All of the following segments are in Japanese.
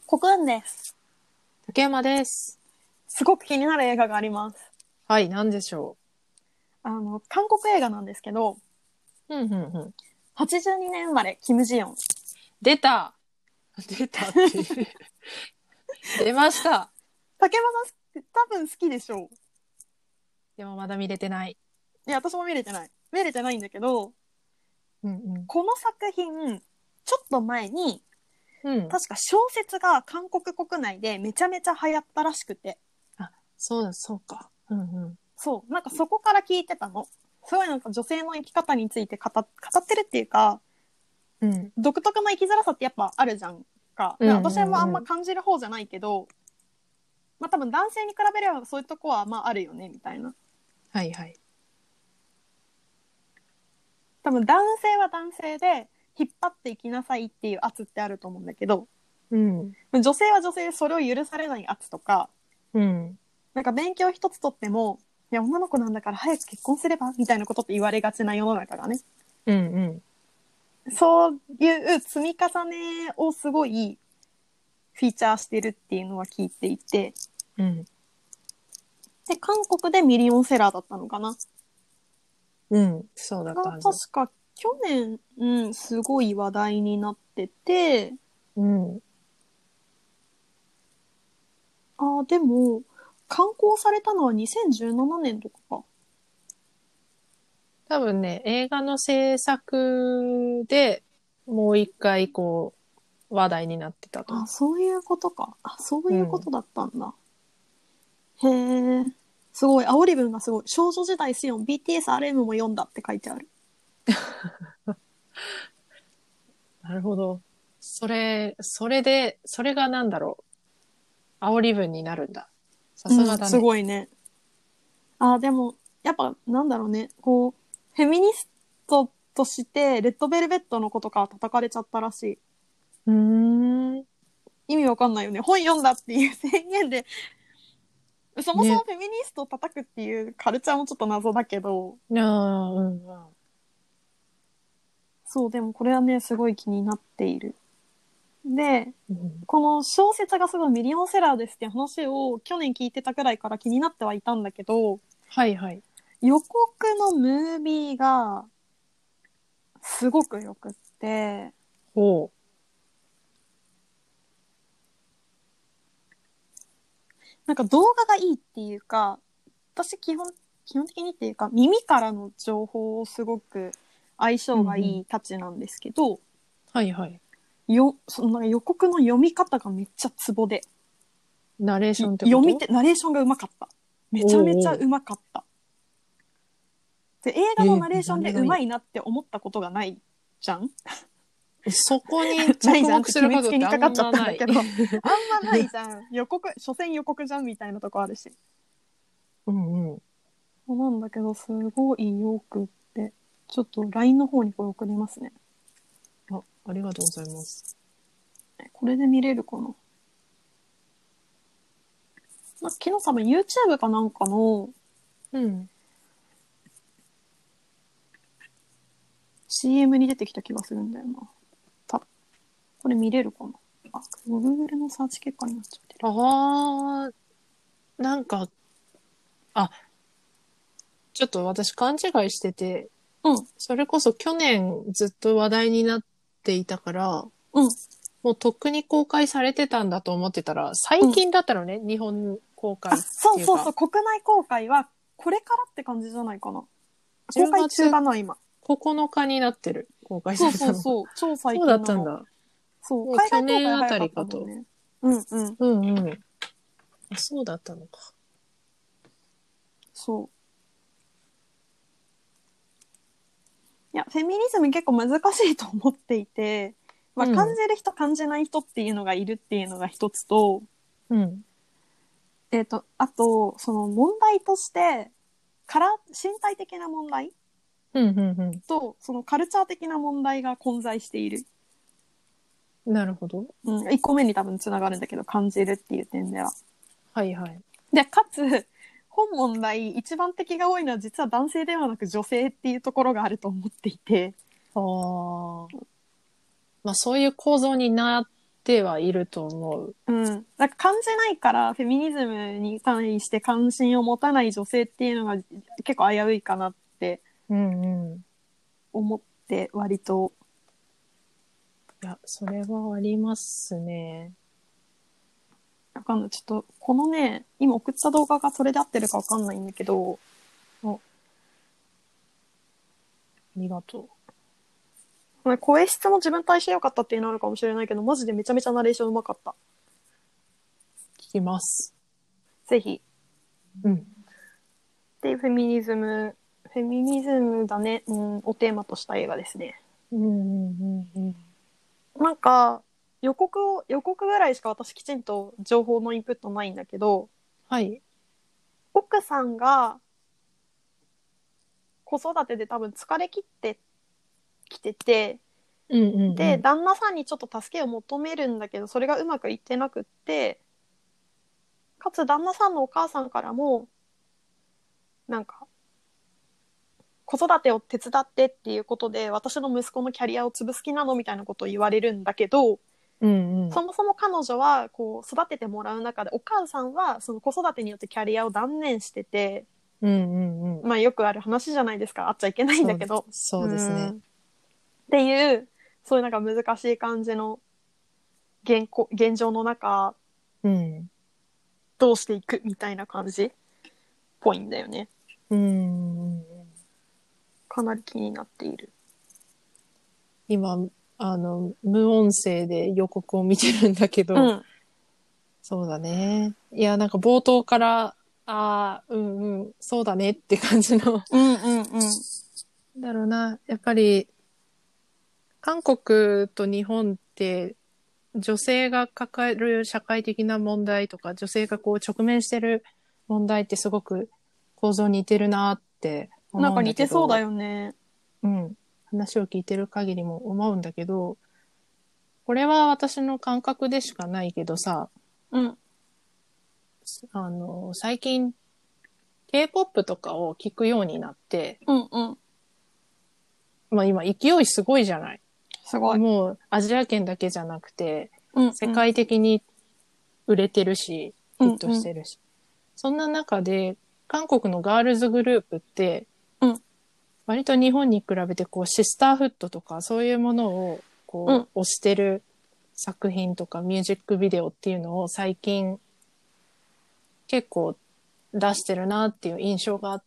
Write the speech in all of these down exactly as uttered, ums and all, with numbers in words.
コクーンです。 竹山です。 すごく気になる映画があります。 はい、なんでしょあの、韓国映画なんですけど、 う。うんうんうん。 はちじゅうにねん生まれ、キム・ジヨン。 出た出たって出ました。 竹山さん、多分好きでしょう。 でもまだ見れてない。 いや、私も見れてない。見れてないんだけど、 うんうん。 この作品、ちょっと前に、 うん。 確か小説が韓国国内でめちゃめちゃ流行ったらしくて。 あ、そうだ、そうか。うんうん。 そう、なんかそこから聞いてたの。すごいなんか女性の生き方について語語ってるっていうか、 うん。 独特の生きづらさってやっぱあるじゃんか。 うんう私もあんまんうん。 感じる方じゃないけど、まあ多分男性に比べればそういうとこはまああるよねみたいな。 はいはい。 多分男性は男性で引っ張っていきなさいっていう圧ってあると思うんだけど、 うん。 女性は女性でそれを許されない圧とか、 うん。 なんか勉強一つとっても、いや女の子なんだから早く結婚すればみたいなことって言われがちな世の中がね。 うんうん。 そういう積み重ねをすごいフィーチャーしてるっていうのは聞いていて、 うん。 で、韓国でミリオンセラーだったのかなうん。そうだったが、 はず。 確か去年、うん、すごい話題になってて、 うん。 ああ、でも、刊行されたのはにせんじゅうななねんとかか。 多分ね、映画の制作でもう一回こう話題になってたとあ、 思そういうことか。あ、そうう。ういうこん。 とだったんだ。へえ。すごい、煽り文がすごい。少女時代スヨン、ビーティーエス アールエム も読んだって書いてある。 なるほど。それ、それで、それがなんだろう。煽り文になるんだ。さうん、すすがだね。 ごいね。あ、でも、やっぱ、なんだろうね。こう、フェミニストとして、レッドベルベットの子とか叩かれちゃったらしい。 うーん。 意味わかんないよね。本読んだっていう宣言で、そもそもね。 フェミニストを叩くっていうカルチャーもちょっと謎だけど、 ああ、うんうん。 そう、でもこれはね、すごい気になっている。で、 うん、 この小説がすごいミリオンセラーですって話を去年聞いてたくらいから気になってはいたんだけど、 はいはい。 予告のムービーがすごくよくって、 ほなんか動画がいいっていうか、私基本、基本的にっていうか耳からの情報をすごく相う。う性がいんうん。 いたちなんですけど、 はいはい。 よ、そのなんか予告の読み方がめっちゃツボで、 ナレーションってこと？ 読みて、ナレーションがうまかった。めちゃめちゃおうおう。 うまかった。で、映画のえー、 ナレーションで何がいい？ うまいなって思ったことがないじゃん。 そこにないじゃんっ着目するて決めつけことってあんにかかっちゃっまない。 たんだけど、あんまないじゃん。予告、所詮予告じゃんみたいなとこあるし。 うんうん。 そうなんだけど、すごいよくって。ちょっと ライン の方にこれ送りますね。 あ、ありがとうございます。 これで見れるかな。まあ、昨日多分 YouTube かなんかのうん。 シーエム に出てきた気がするんだよな。たこれ見れるかな。あ、Google のサーチ結果になっちゃってる。 ああ、なんか、あ、ちょっと私勘違いしてて、 うん、 それこそ去年ずっと話題になっていたから、 うん、 もうとっくに公開されてたんだと思ってたら、最うん。 近だったのね、日本公あ、 開っていうか、 そうそうそう、国内公開はこれからって感じじゃないかな。公 10 開中月かな、今。 ここのかになってる、公開さそうれたのが。 そうそう、超最そうだ近なの。 ったんだ。 そう、 もう去海外公開年あた早かっりかと。 たもんね。うんうん。 うんうん。あ、そうだったのか。 そう。いや、フェミニズム結構難しいと思っていて、まあ、感うん。 じる人感じない人っていうのがいるっていうのが一つと、 うん。 えっと、あと、その問題として、から身体的な問題うん、うん、うと、そのカルチャー的な問題が混在している。 ん。なるほど。 うん、一個目に多分つながるんだけど、感じるっていう点では。 はいはい。 で、かつ、本問題、一番敵が多いのは実は男性ではなく女性っていうところがあると思っていて。 ああ。まあそういう構造になっってはいると思う。 うん。なんか感じないから、フェミニズムに対して関心を持たない女性っていうのが結構危ういかなってうんうん。 思って、割と。 いや、それはありますね。 わかんない。ちょっと、このね、今送った動画がそれで合ってるかわかんないんだけど、 あ、ありがと声質も自分対して良かったっていうのあるかもしれないけど、マジでめちゃめちゃナレーションうまかった。 う。聞きます。 ぜひ。 うん。 で、フェミニズム、フェミニズムだね、うん、をテーマとした映画ですね。 うんうんうんうん。 なんか、予告を、予告ぐらいしか私きちんと情報のインプットないんだけど、 はい。 奥さんが子育てで多分疲れ切ってきてて、 うんうんうで、 ん。 旦那さんにちょっと助けを求めるんだけど、それがうまくいってなくって、かつ旦那さんのお母さんからも、なんか、子育てを手伝ってっていうことで、私の息子のキャリアを潰す気なのみたいなことを言われるんだけど、 うんうん。 そもそも彼女はこう育ててもらう中でお母さんはその子育てによってキャリアを断念してて、 うんうんうん。 まあよくある話じゃないですか。あっちゃいけないんそう、 だけど。 そうですね。 うんっていう、そういうなんか難しい感じの現行現状の中、 うん。 どうしていくみたいな感じっぽいんだよね。 うんうんうん。 かなり気になっている。 今、あの、無音声で予告を見てるんだけど、 うん。 そうだね。いや、なんか冒頭から、ああ、うんうん、そうだねって感じの、 うんうんうん。 だろうな。やっぱり、韓国と日本って、女性が抱える社会的な問題とか、女性がこう直面してる問題ってすごく構造似てるなって思うんだなんか似てそうだけど、 よね。 うん。話を聞いてる限りも思うんだけど、これは私の感覚でしかないけどさ、 うん。 あの、最近 K-ケーポップ とかを聞くようになって、 うんうん。 まあ今勢いすごいじゃない。 すごい。 もうアジア圏だけじゃなくて、世うんうん。 界的に売れてるし、ヒットうんうん。 してるし。そんな中で、韓国のガールズグループって、 うん割と日本に比べてこうシスターフットとかそういうものをうんこう推してる作品とかミュージックビデオっていうのを最近結構出してるなっていう印象があって、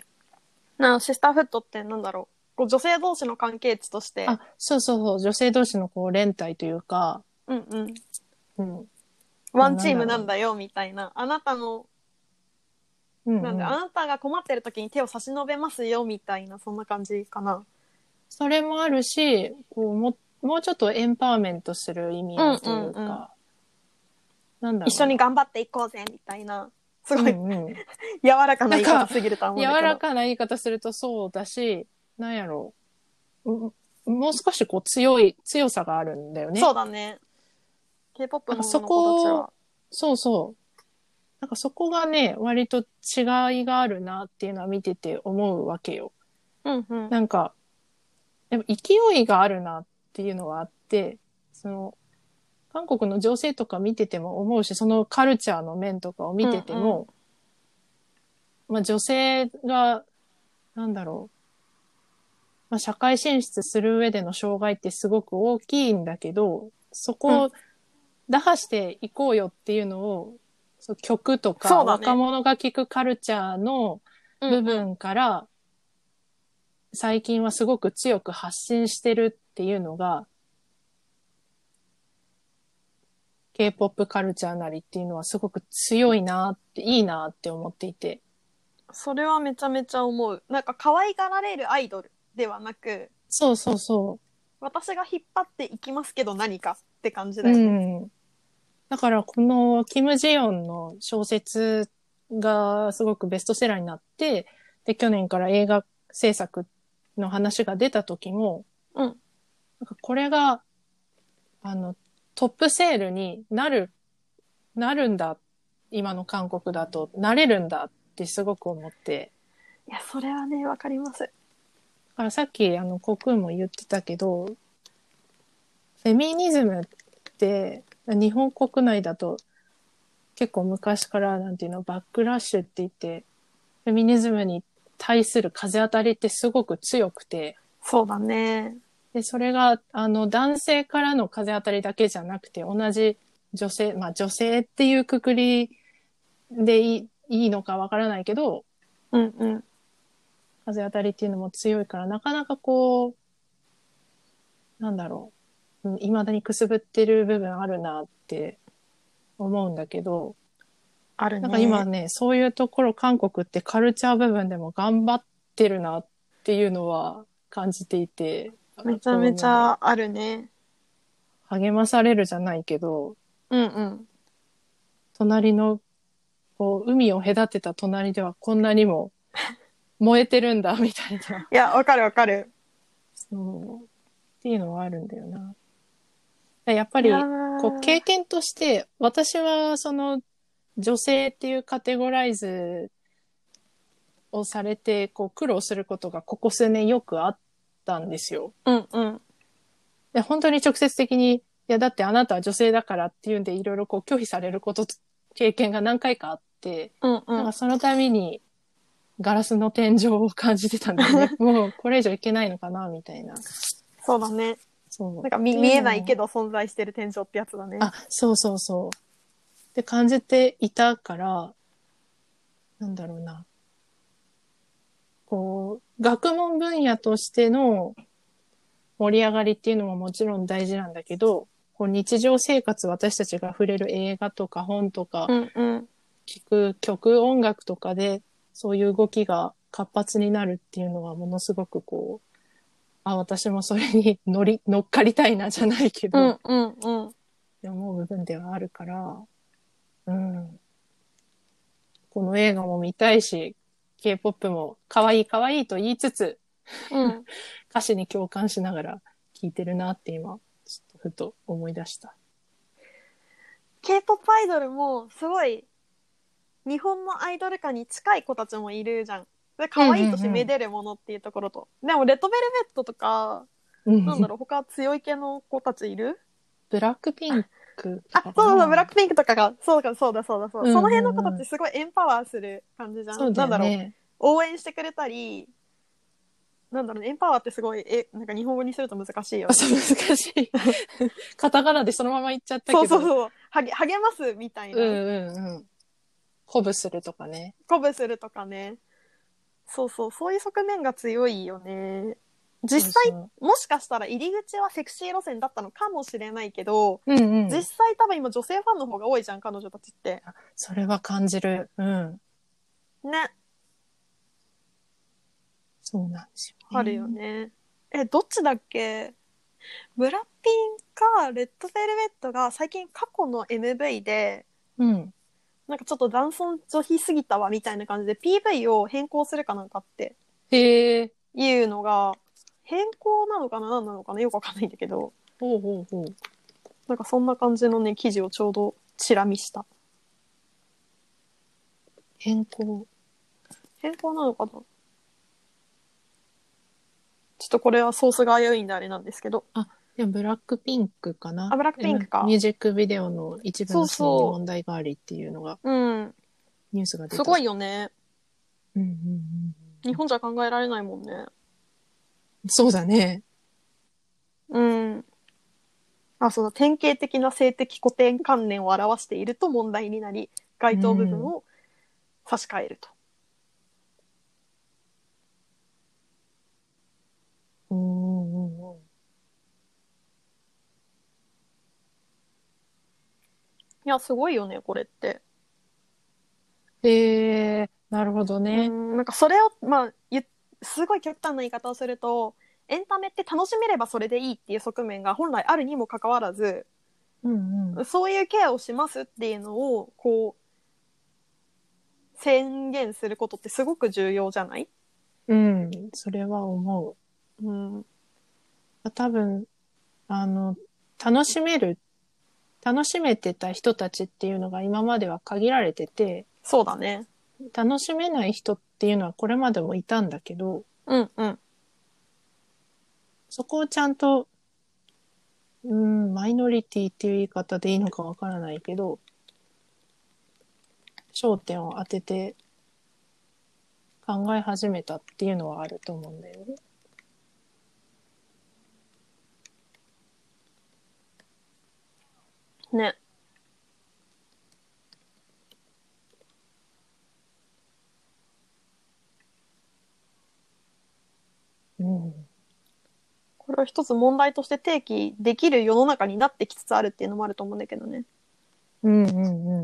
なシスターフットってなんだろう。こう女性同士の関係値として、 あ、そうそうそう、女性同士のこう連帯というか、 うんうん。 うん、まあワンチームなんだろう。 なんだよみたいな。あなたの、なんで、 うんうん。 あなたが困ってる時に手を差し伸べますよみたいな、そんな感じかな。 それもあるし、こうも、もうちょっとエンパワーメントする意味うん合いというんうん。 うか、なんだ一緒にろうな。 頑張っていこうぜみたいな。すうごいんうん。 柔らかな言い方なんか、 すぎるとは思う柔んだけど。 らかな言い方するとそうだし、なんやろう。うもう少しこう強い、強さがあるんだよね。 そうだね。K-ケーポップなんかそのの子たちこ、 は。 そうそう。なんかそこがね、割と違いがあるなっていうのは見てて思うわけよ。 うんうん。 なんか、でも勢いがあるなっていうのはあって、その、韓国の情勢とか見てても思うし、そのカルチャーの面とかを見ててうんうん。 も、まあ女性が、なんだろう、まあ社会進出する上での障害ってすごく大きいんだけど、そこをうん。 打破していこうよっていうのを、そう曲とか若そうだね。 者が聴くカルチャーの部うんうん。 分から最近はすごく強く発信してるっていうのが K-ケーポップ カルチャーなりっていうのはすごく強いなって、いいなって思っていて。 それはめちゃめちゃ思う。なんか可愛がられるアイドルではなく、 そうそうそ私が引っ張っていきますけど何かって感じう。 だよね。 うん。だからこのキム・ジヨンの小説がすごくベストセラーになって、で、去年から映画制作の話が出た時も、 うん。 なんかこれが、あの、トップセールになる、なるんだ。今の韓国だと、なれるんだってすごく思って。 いや、それはね、わかります。 だからさっき、あの、コクーンも言ってたけど、フェミニズムって、 日本国内だと結構昔からなんていうの、バックラッシュって言って、フェミニズムに対する風当たりってすごく強くて、 そうだね。 で、それが、あの、男性からの風当たりだけじゃなくて、同じ女性、まあ女性っていうくくりでいい、いいのかわからないけど、 うんうん。 風当たりっていうのも強いから、なかなかこう、なんだろう、うん未だにくすぶってる部分あるなって思うんだけど、 あるなんか今ね。 ね、そういうところ韓国ってカルチャー部分でも頑張ってるなっていうのは感じていて、 めちゃめちこうなんだろう、 ゃあるね。 励まされるじゃないけど、 うんうん。 隣のこう海を隔てた隣ではこんなにも燃えてるんだみたいな、 いや、わかるわかる。 そうっていうのはあるんだよな。やっぱいやりこうー。 経験として私はその女性っていうカテゴライズをされてこう苦労することがここ数年よくあったんですよ。 うんうん。 で本当に直接的に、いやだってあなたは女性だからっていうんでいろいろこう拒否されること経験が何回かあって、 うんうん。 なんかそのためにガラスの天井を感じてたんだよね。もうこれ以上いけないのかなみたいな。 そうだね。 そう。 なんか見、 って見えないけいうのを、 ど存在してる天井ってやつだね。 あ、そうそうそう。って感じていたから、なんだろうな。こう、学問分野としての盛り上がりっていうのももちろん大事なんだけど、こう日常生活私たちが触れる映画とか本とか、 うんうん。 聴く曲、音楽とかで、そういう動きが活発になるっていうのはものすごくこう、あ、私もそれに乗り、乗っかりたいなじゃないけど、 うんうんうん。 って思う部分ではあるから、うん。この映画も見たいし、K-ポップ も可愛い可愛いと言いつつ、 うん。 歌詞に共感しながら聴いてるなって今、ちょっとふと思い出した。 K-ポップ アイドルもすごい日本のアイドル化に近い子たちもいるじゃん。で、可愛いとしてめでるものっていうところと。でも、レッドベルベットとか、 うん。 なんだろう、他強い系の子たちいる？ ブラックピンクとあ、 かかそうそうそう、ブラッな。 クピンクとかが、そうだ、そうだ、そうだ、そうだ。 うんその辺の子うんうん。 たちすごいエンパワーする感じじゃん。 そうだなんだろう、 よね。 応援してくれたり、なんだろうね、エンパワーってすごい、え、なんか日本語にすると難しいよあ、そね。 う、難しい。カタカナでそのまま言っちゃったそうけど。 そうそう、励励ますみたいうんな。 うんうん。鼓舞するとかね。 鼓舞するとかね。そうそう、そういう側面が強いよね。実際、 そうそもしかしたら入り口はセクシー路線だったのかもしれないけど、 う。うんうん。 実際多分今女性ファンの方が多いじゃん、彼女たちって。 それは感じる。うん。 ね。 そうなんですよあるよね。 ね。え、どっちだっけ？ブラピンかレッドベルベットが最近過去の エムブイ で、 うん。 なんかちょっと男尊女卑すぎたわみたいな感じで ピーブイ を変更するかなんかってへえ。 いうのが、変更なのかな何なのかなよくわかんないんだけど、 ほうほうほう。 なんかそんな感じのね、記事をちょうどチラ見した。 変更。 変更なのかなちょっとこれはソースが危ういんであれなんですけど。 あ、でもブラックピンクかな。 あ、ブラックピンクか。 ミュージックビデオの一部そうのシーンにそ問題がありっていうのが、 う。うん。 ニュースが出た。 すごいよね。 うんうんうん日本じゃ考えられないもんね。 そうだね。 うん。あ、その典型的な性的固定観念を表していると問題になり、該当部分を差し替えると。 うんうんうんいや、すごいよね、これって。 へえ、なるほどね。 うん、なんかそれを、まあ、ゆすごい極端な言い方をすると、エンタメって楽しめればそれでいいっていう側面が本来あるにもかかわらず、 うんうん。 そういうケアをしますっていうのを、こう、宣言することってすごく重要じゃない？ うん、それは思うん。 う。多分、あの、楽しめる、楽しめてた人たちっていうのが今までは限られてて、 そうだね。 楽しめない人っていうのはこれまでもいたんだけど、 うんうん。 そこをちゃんとうん、マイノリティっていう言い方でいいのかわからないけど、焦点を当てて考え始めたっていうのはあると思うんだよね。 ね。 うん。 これを一つ問題として提起できる世の中になってきつつあるっていうのもあると思うんだけどね。 うんうんうん。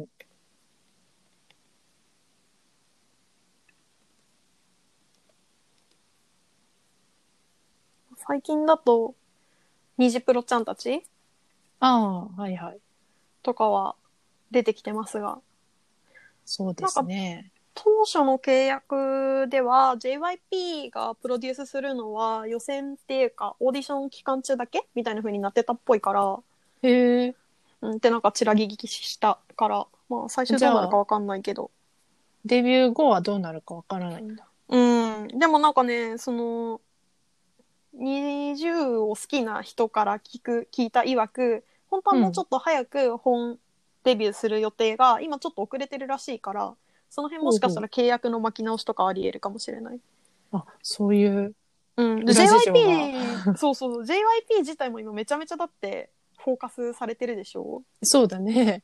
最近だと、ニジプロちゃんたちああ、はいはい。 とかは出てきてますが、 そうでなんかすね。 当初の契約では ジェイワイピー がプロデュースするのは予選っていうかオーディション期間中だけみたいな風になってたっぽいから、 へえ。 うんってなんかちら聞きしたから、まあ最終どうなるじゃあ、 かわかんないけど。 デビュー後はどうなるかわからないんだ。 うん。でもなんかね、その、にじゅうを好きな人から聞く、聞いた曰く、本当はうん。 もうちょっと早く本デビューする予定が、今ちょっと遅れてるらしいから、その辺もしかしたほうほう。 ら契約の巻き直しとかあり得るかもしれない。 あ、そういううん。で裏事情が。 ジェイワイピー、そうそう、ジェイワイピー 自体も今めちゃめちゃだってフォーカスされてるでしょ。 そうだね。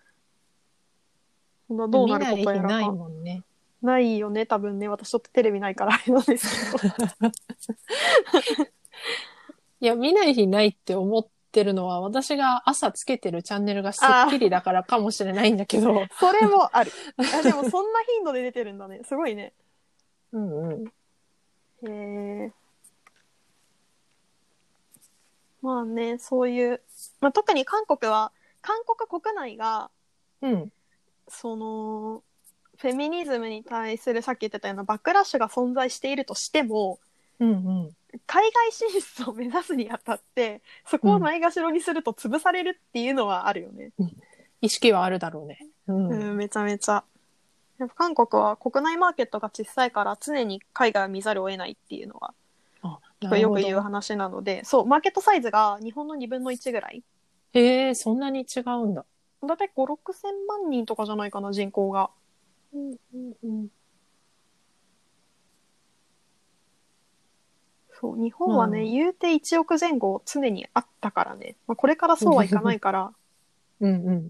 どうなるこ見ない日ないとやらか。 もんね。 ないよね、多分ね。私ちょっとテレビないからあれなんですけど。 いや、見ない日ないって思ってるのは、私が朝つけてるチャンネルがスッああ、 キリだからかもしれないんだけど。 それもある。あ、でもそんな頻度で出てるんだね。すごいね。 うんうん。 へえ。まあね、そういう、まあ、特に韓国は、韓国国内が、 うん。 その、フェミニズムに対するさっき言ってたようなバックラッシュが存在しているとしても、 うんうん。 海外進出を目指すにあたって、そこをうん。 ないがしろにすると潰されるっていうのはあるよね。 意識はあるだろうね。ううん、 ん。 めちゃめちゃ。やっぱ韓国は国内マーケットが小さいから常に海外を見ざるを得ないっていうのがあ、 結構なるほど。 よく言う話なので、そう、マーケットサイズが日本のにぶんのいちぐらい。 へえ、そんなに違うんだ。 だいたいご、ろくせんまん人とかじゃないかな、人口が。 うんうんうん。 そう、日本はね、 まあ。 言うていちおくぜん後常にあったからね。まあ、これからそうはいかないから。 うんうん。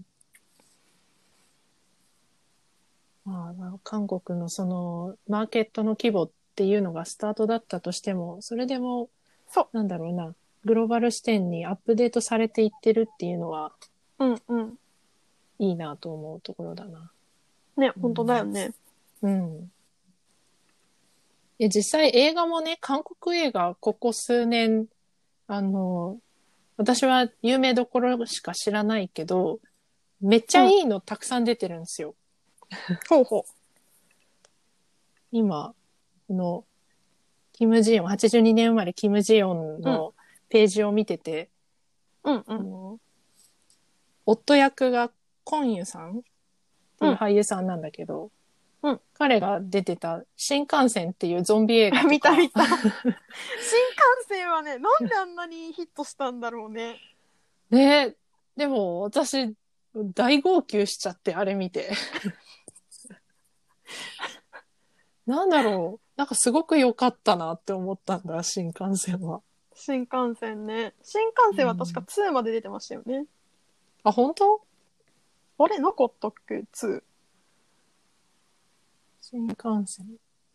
まあ、韓国のその、マーケットの規模っていうのがスタートだったとしても、それでも、 そなんだろうな、グローバル視点にアップデートされていってるっていうのは、 う。うんうん。 いいなと思うところだな。 ね、本当だようん。 ね。 うん。いや、実際映画もね、韓国映画、ここ数年、あの、私は有名どころしか知らないけど、めっちゃうん。 いいのたくさん出てるんですよ。 ほうほ今、この、キム・ジヨン、はちじゅうにねん生まれキム・ジヨンう。うん。 のページを見てて、 うんうん。 あの夫役がコンユさんってうん。 いう俳優さんなんだけど、 うん。 彼が出てた新幹線っていうゾンビ映画と見たか、 見た。新幹線はね、なんであんなにヒットしたんだろうね。 ね、でも私、大号泣しちゃって、あれ見て。なんだろう。なんかすごく良かったなって思ったんだ、新幹線は。 新幹線ね。新幹線は確かうん、 にまで出てましたよね。 あ、本当？ あれなかったっけ？ に。 新幹線。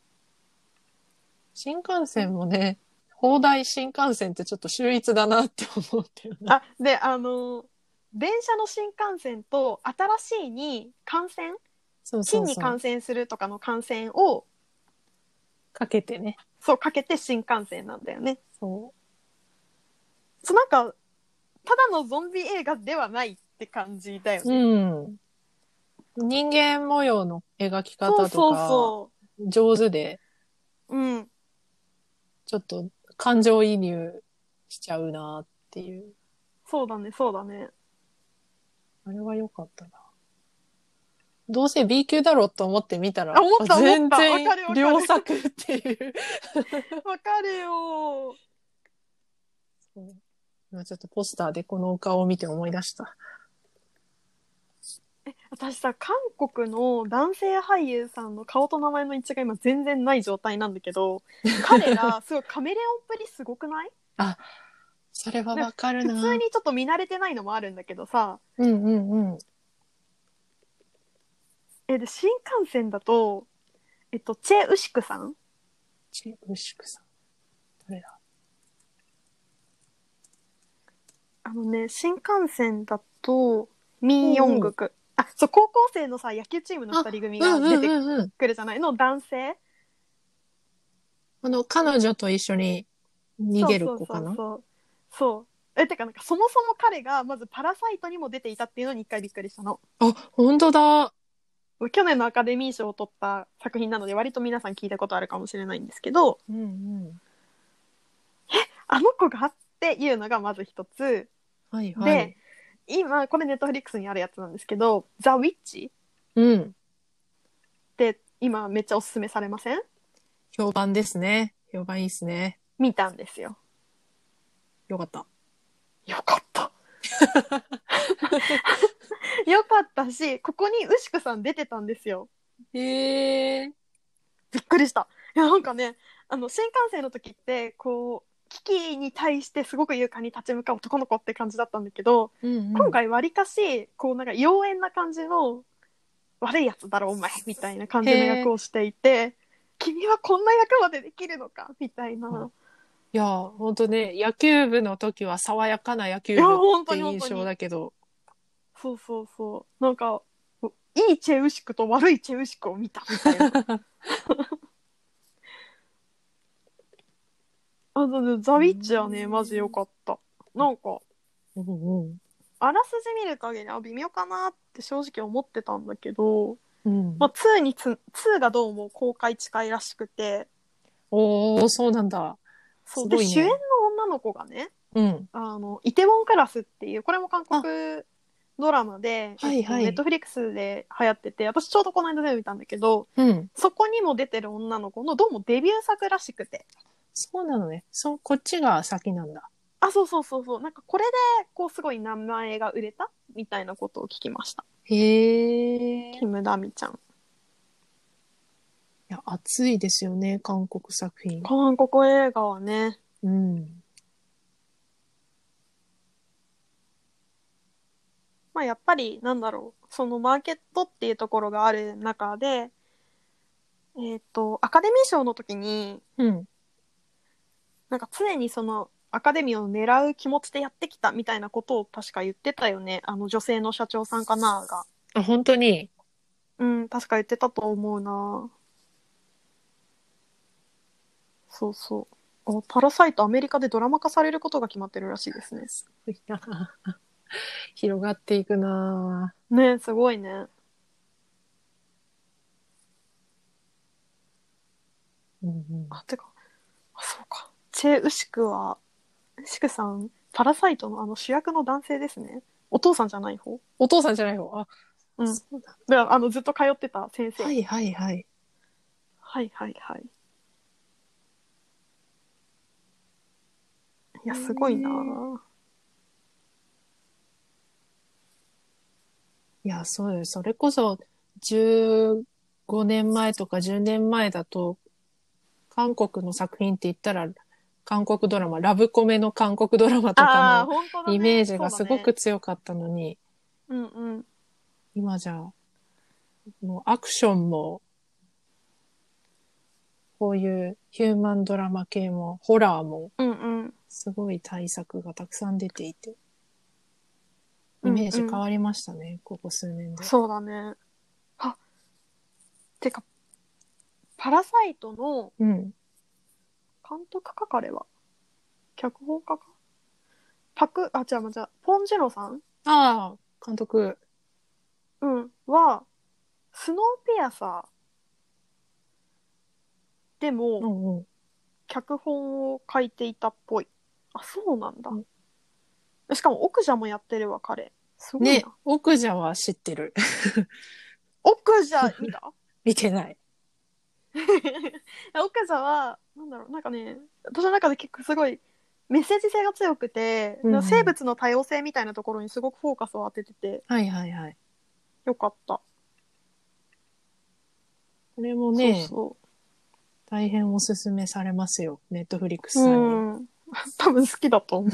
新幹線もね、放題新幹線ってちょっと秀逸だなって思ってるな。 あ、で、あのー電車の新幹線と新しいに感染そうそうそう。 金に感染するとかの感染を、 かけてね。 そうかけて新幹線なんだよね。 そそうなんか、ただのゾンビ映画ではないって感じだよう。 ね。 うん。人間模様の描き方とそうそうか、 そ上手で、 う。うん。 ちょっと感情移入しちゃうなっていう。 そうだね、そうだね。 あれは良かったな。どうせ B 級だろうと思って見たあ、 ら、 思った思った。わ全然かるわかる。 良作っていう。 わかるよ。 そう今ちょっとポスターでこのお顔を見て思い出した。 私さ、韓国の男性俳優さんの顔と名前の一致が今全然ない状態なんだけど、彼らすごいカメレオンっぷりすごくない？ あ、それはわかる普な。 通にちょっと見慣れてないのもあるんだけどさ、 うんうんうん。 え、で、新幹線だと、えっと、チェ・ウシクさんチェウシクさん。誰だ？ あのね、新幹線だと、ミン・ヨンおうおう。 グク。あ、そう、高校生のさ、野球チームのあ、 二人組うんうんが出てうんうん。 くるじゃないの、男性。 あの、彼女と一緒に逃げるそうそう子かな？ そうそう。そう。え、てかなんかそもそも彼がまずパラサイトにも出ていたっていうのに一回びっくりしたの。 あ、ほんとだ。 去年のアカデミー賞を取った作品なので割と皆さん聞いたことあるかもしれないんですけど、 うんうん。 あの子がっていうのがまず一つ。で、 はいはい。 今これネットフリックスにあるやつなんですけど、ザ・ウィッチうん。 って今めっちゃおすすめされません？ 評判ですね。評判いいっすね。 見たんですよ。 よかった。 よかった。よかったし、ここにウシクさん出てたんですよ。 へえ。 びっくりした。いや、なんかね、あの、新幹線の時って、こう、危機に対してすごく勇敢に立ち向かう男の子って感じだったんだけど、 うんうん。 今回わりかし、こう、なんか妖艶な感じの、悪いやつだろ、お前、みたいな感じのへえ。 役をしていて、君はこんな役までできるのか、みたいな。 いや、ほんとね、野球部の時は爽やかな野いや、 球部っ本当て印象に本当に。 だけど。 そうそうそう。なんか、いいチェウシクと悪いチェウシクを見た、みたいな。あの、ザ・ウうィッチはね、マジ良んかった。なんか、 うんうん。 あらすじ見る限りは微妙かなって正直思ってたんだけど、 うん。 まあ、ツーにつ、ツーがどうも公開近いらしくて、 おー、そうなんだ。すそう。で、主演のごいね。 女の子がね、 うん。 あの、イテウォンクラスっていう、これも韓あ、 国ドラマで、えっと、 はいはい。 ネットフリックスで流行ってて、私ちょうどこの間で見たんだけど、 うん。 そこにも出てる女の子のどうもデビュー作らしくて。 そうなのね。そう、こっちが先なんだ。 あ、そうそうそうそう。なんかこれで、こう、すごい名前が売れたみたいなことを聞きました。 へえ。いキム・ダミちゃん。 や、熱いですよね、韓国作品。 韓国映画はね、 うん。 まあやっぱりなんだろう、そのマーケットっていうところがある中で、えっと、アカデミー賞の時に、 うん。 なんか常にそのアカデミーを狙う気持ちでやってきたみたいなことを確か言ってたよね。あの女性の社長さんかなが。 あ、本当に。 うん、確か言ってたと思うな。そうそう。あ、パラサイトアメリカでドラマ化されることが決まってるらしいですね。 すごいな。広がっていくな。 ね、すごいね。 うんうん。 あ、てか、あ、そうか。チェ・ウシクは、ウシクさん、パラサイトのあの主役の男性ですね。お父さんじゃない方。 お父さんじゃない方。あ、 うん。 そうだ。 だから、あの、ずっと通ってた先生。 はいはいはい。 はいはいはい。いへや、すごいなえ。 ぁ。 いや、そうよ。それこそ、じゅうごねんまえとかじゅうねんまえだと、韓国の作品って言ったら、韓国ドラマ、ラブコメの韓国ドラマとかああ、 の本当だイメーね。 ジがすごそうだね。 く強かったのに、 うんうん。 今じゃ、もうアクションも、こういうヒューマンドラマ系も、ホラーも、 うんうん。 すごい大作がたくさん出ていて、イメーうんうん。 ジ変わりましたね、ここ数年で。 そうだね。あ、てか、パラサイトのうん。 監督か彼は。脚本家かパク、あ、違う、じゃあ、ポンジェロさんああ、監督。 うん。は、スノーピアサーでも、 うんうん。 脚本を書いていたっぽい。あ、そうなんだ。 うんしかも、奥者もやってるわ、彼。すごいね、 な。 奥者は知ってる。 奥者、見た？ 見てない。 奥者は、なんだろう、なんかね、私の中で結構すごいメッセージ性が強くて、 うんうん生物の多様性みたいなところにすごくフォーカスを当てててはいはいはい。 よかった。 これもそうね、 そ大変おすすめされますよ。ネットフリックう。 スさんに。 うん。多分好きだと思う。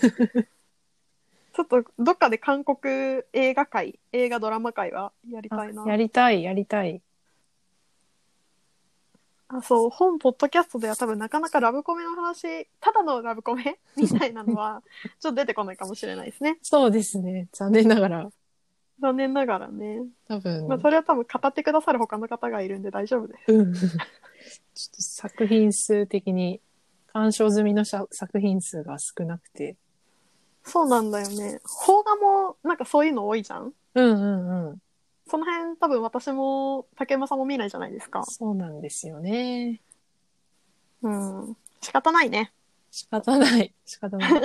ちょっとどっかで韓国映画界、映画ドラマ界はやりあ、 たいな。 やりたい、やりたい。 あ、そう、本、ポッドキャストでは多分なかなかラブコメの話、ただのラブコメみたいなのは、ちょっと出てこないかもしれないですね。 そうですね。残念ながら。 残念ながらね。 多分、 まあ、それは多分語ってくださる他の方がいるんで大丈夫です。 うん。ちょっと作品数的に、鑑賞済みの作品数が少なくて。 そうなんだよね。邦画もなんかそういうの多いじゃん。 うんうんうん。 その辺多分私も竹山さんも見ないじゃないですか。 そうなんですよね。 うん。仕方ないね。 仕方ない。仕方ない。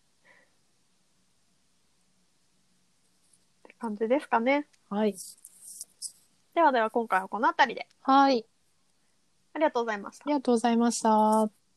って感じですかね。 はい。 ではでは今回はこの辺りで。 はい。 ありがとうございました。 ありがとうございました。